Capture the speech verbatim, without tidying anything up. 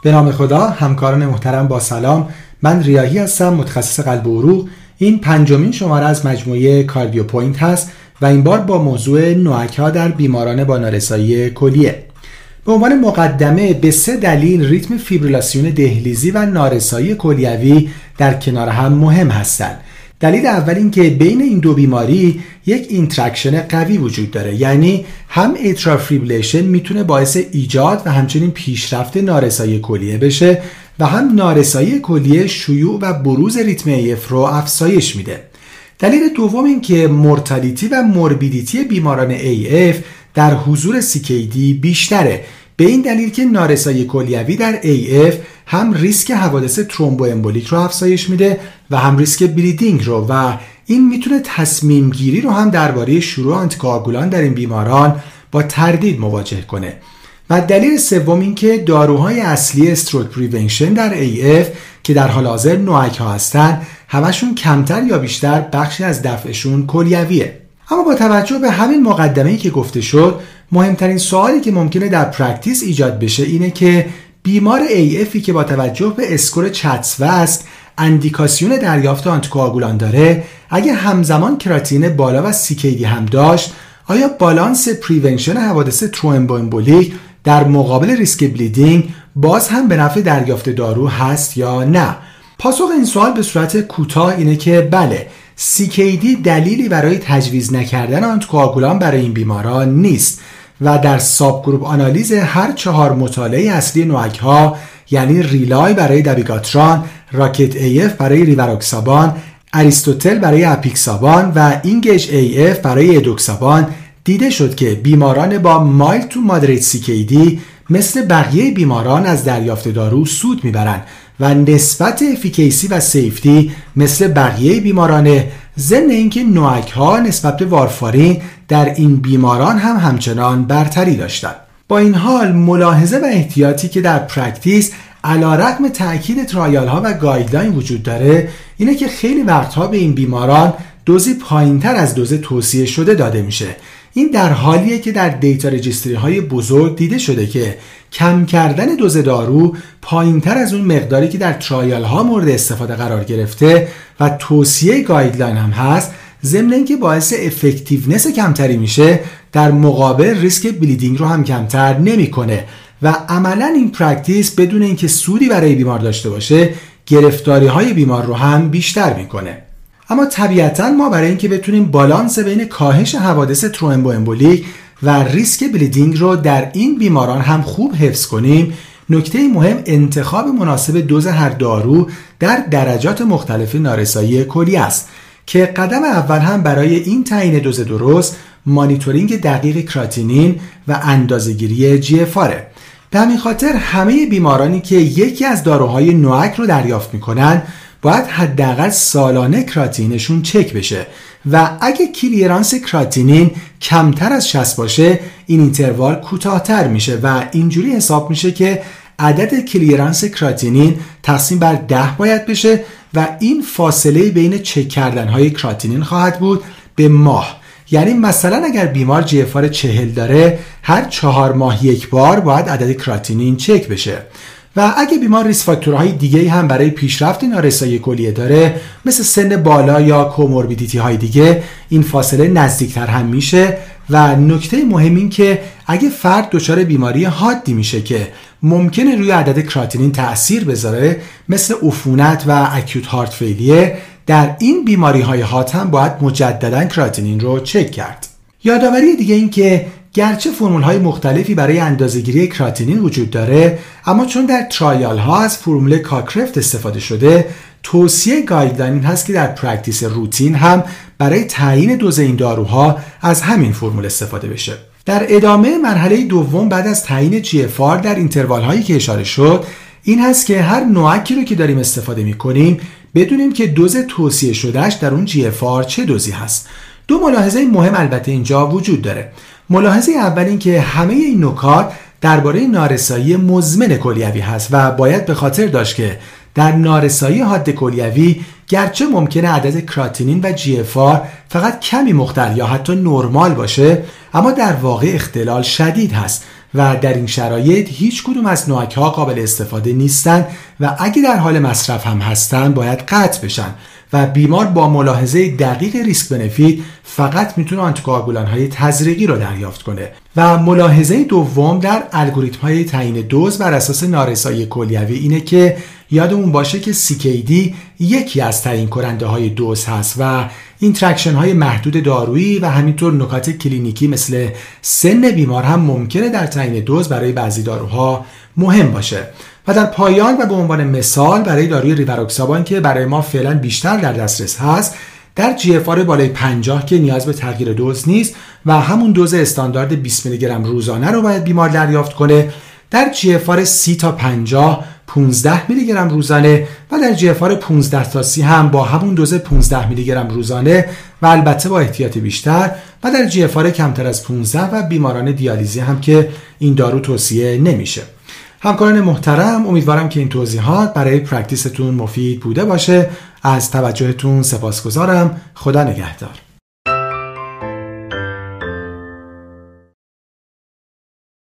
به نام خدا. همکاران محترم با سلام. من ریاحی هستم، متخصص قلب و عروق. این پنجمین شماره از مجموعه کاردیو پوینت هست و این بار با موضوع نوآک‌ها در بیماران با نارسایی کلیه. به عنوان مقدمه به سه دلیل ریتم فیبریلاسیون دهلیزی و نارسایی کلیوی در کنار هم مهم هستند. دلیل اول این که بین این دو بیماری یک اینتراکشن قوی وجود داره، یعنی هم اتریال فیبریلیشن میتونه باعث ایجاد و همچنین پیشرفت نارسایی کلیه بشه و هم نارسایی کلیه شیوع و بروز ریتم ای اف رو افزایش میده. دلیل دوم این که مورتالیتی و موربیدیتی بیماران ای اف در حضور سی کی دی بیشتره، به این دلیل که نارسایی کلیوی در ای اف هم ریسک حوادث ترومبو امبولیک رو افزایش میده و هم ریسک بلیدینگ رو و این میتونه تصمیم گیری رو هم درباره شروع آنتیکواگولان در این بیماران با تردید مواجه کنه. و دلیل سوم این که داروهای اصلی استروک پریونشن در ای اف که در حال حاضر نوآک‌ها هستن همشون کمتر یا بیشتر بخشی از دفعشون کلیویه. اما با توجه به همین مقدمه‌ای که گفته شد، مهمترین سوالی که ممکنه در پرکتیس ایجاد بشه اینه که بیمار ای افی که با توجه به اسکور چتسوست اندیکاسیون دریافت آنتیکواگولان داره، اگه همزمان کراتین بالا و سی کی دی هم داشت، آیا بالانس پریونشن حوادث ترومبو امبولیک در مقابل ریسک بلیدینگ باز هم به نفع دریافت دارو هست یا نه؟ پاسخ این سوال به صورت کوتاه اینه که بله، سی کی دی دلیلی برای تجویز نکردن آنتیکواگولان برای این بیماران نیست و در ساب گروپ آنالیز هر چهار مطالعه اصلی نوآک‌ها، یعنی ریلای برای دابیگاتران، راکت ای اف برای ریواروکسابان، اریستوتل برای اپیکسابان و اینگیج ای اف برای ادوکسابان، دیده شد که بیماران با مایل تو مادریت سی کی دی مثل بقیه بیماران از دریافت دارو سود میبرن و نسبت افیکیسی و سیفتی مثل بقیه بیمارانه، ضمن اینکه نوآک‌ها نسبت به وارفارین در این بیماران هم همچنان برتری داشتند. با این حال ملاحظه و احتیاطی که در پرکتیس علیرغم تأکید ترایال ها و گایدلاین وجود داره اینه که خیلی وقتها به این بیماران دوزی پایینتر از دوز توصیه شده داده میشه. این در حالیه که در دیتا رجیستری های بزرگ دیده شده که کم کردن دوز دارو پایینتر از اون مقداری که در ترایال ها مورد استفاده قرار گرفته و توصیه گایدلاین هم هست، ضمن اینکه باعث افکتیونس کمتری میشه، در مقابل ریسک بلیدینگ رو هم کمتر نمیکنه و عملا این پرکتیس بدون اینکه سودی برای بیمار داشته باشه، گرفتاری های بیمار رو هم بیشتر میکنه. اما طبیعتا ما برای اینکه بتونیم بالانس بین کاهش حوادث ترومبو امبولیک و ریسک بلیدینگ رو در این بیماران هم خوب حفظ کنیم، نکته مهم انتخاب مناسب دوز هر دارو در درجات مختلف نارسایی کلیه است که قدم اول هم برای این تعیین دوز درست مانیتورینگ دقیق کراتینین و اندازه‌گیری جی اف آر. به همین خاطر همه بیمارانی که یکی از داروهای نوآک رو دریافت میکنن باید حداقل سالانه کراتینشون چک بشه و اگه کلیرانس کراتینین کمتر از شصت باشه، این اینتروال کوتاه‌تر میشه و اینجوری حساب میشه که عدد کلیرانس کراتینین تقسیم بر ده باید بشه و این فاصله بین چک کردن‌های کراتینین خواهد بود به ماه. یعنی مثلا اگر بیمار جی اف آر چهل داره، هر چهار ماه یک بار باید عدد کراتینین چک بشه. و اگه بیمار ریسک فاکتورهای دیگه هم برای پیشرفت نارسایی کلیه داره، مثل سن بالا یا کوموربیدیتی های دیگه، این فاصله نزدیکتر هم میشه. و نکته مهم این که اگه فرد دچار بیماری حادی میشه که ممکنه روی عدد کراتینین تأثیر بذاره، مثل عفونت و اکیوت هارت فیلیر، در این بیماری های حاد هم باید مجددا کراتینین رو چک کرد. یادآوری دیگه این که گرچه فرمول های مختلفی برای اندازه‌گیری کراتینین وجود داره، اما چون در ترایال ها از فرمول کاکرفت استفاده شده، توصیه گایدلاین هست که در پرکتیس روتین هم برای تعیین دوز این داروها از همین فرمول استفاده بشه. در ادامه مرحله دوم بعد از تعیین جی اف آر در اینتروال هایی که اشاره شد، این هست که هر نوآکی رو که داریم استفاده می‌کنیم بدونیم که دوز توصیه شدهش در اون جی اف آر چه دوزی هست. دو ملاحظه مهم البته اینجا وجود داره. ملاحظه اول این که همه این نکات درباره نارسایی مزمن کلیوی هست و باید به خاطر داشت که در نارسایی حاد کلیوی گرچه ممکنه عدد کراتینین و جی اف آر فقط کمی مختل یا حتی نرمال باشه، اما در واقع اختلال شدید هست و در این شرایط هیچ کدوم از نوآک ها قابل استفاده نیستن و اگه در حال مصرف هم هستن باید قطع بشن و بیمار با ملاحظه دقیق ریسک بنفیت فقط میتونه آنتیکواگولان های تزریقی رو دریافت کنه. و ملاحظه دوم در الگوریتم های تعیین دوز بر اساس نارسایی کلیوی اینه که یادمون باشه که سی کی دی یکی از تعیین کننده های دوز هست و اینتراکشن های محدود دارویی و همینطور نکات کلینیکی مثل سن بیمار هم ممکنه در تعیین دوز برای بعضی داروها مهم باشه. و در پایان و به عنوان مثال برای داروی ریواروکسابان که برای ما فعلا بیشتر در دسترس هست، در جی اف آر بالای پنجاه که نیاز به تغییر دوز نیست و همون دوز استاندارد بیست میلی گرم روزانه رو باید بیمار دریافت کنه، در جی اف آر سی تا پنجاه پانزده میلی گرم روزانه و در جی اف آر پانزده تا سی هم با همون دوز پانزده میلی گرم روزانه و البته با احتیاط بیشتر و در جی اف آر کمتر از پانزده و بیماران دیالیزی هم که این دارو توصیه نمیشه. همکاران محترم، امیدوارم که این توضیحات برای پرکتیستون مفید بوده باشه. از توجهتون سپاسگزارم. خدا نگهدار.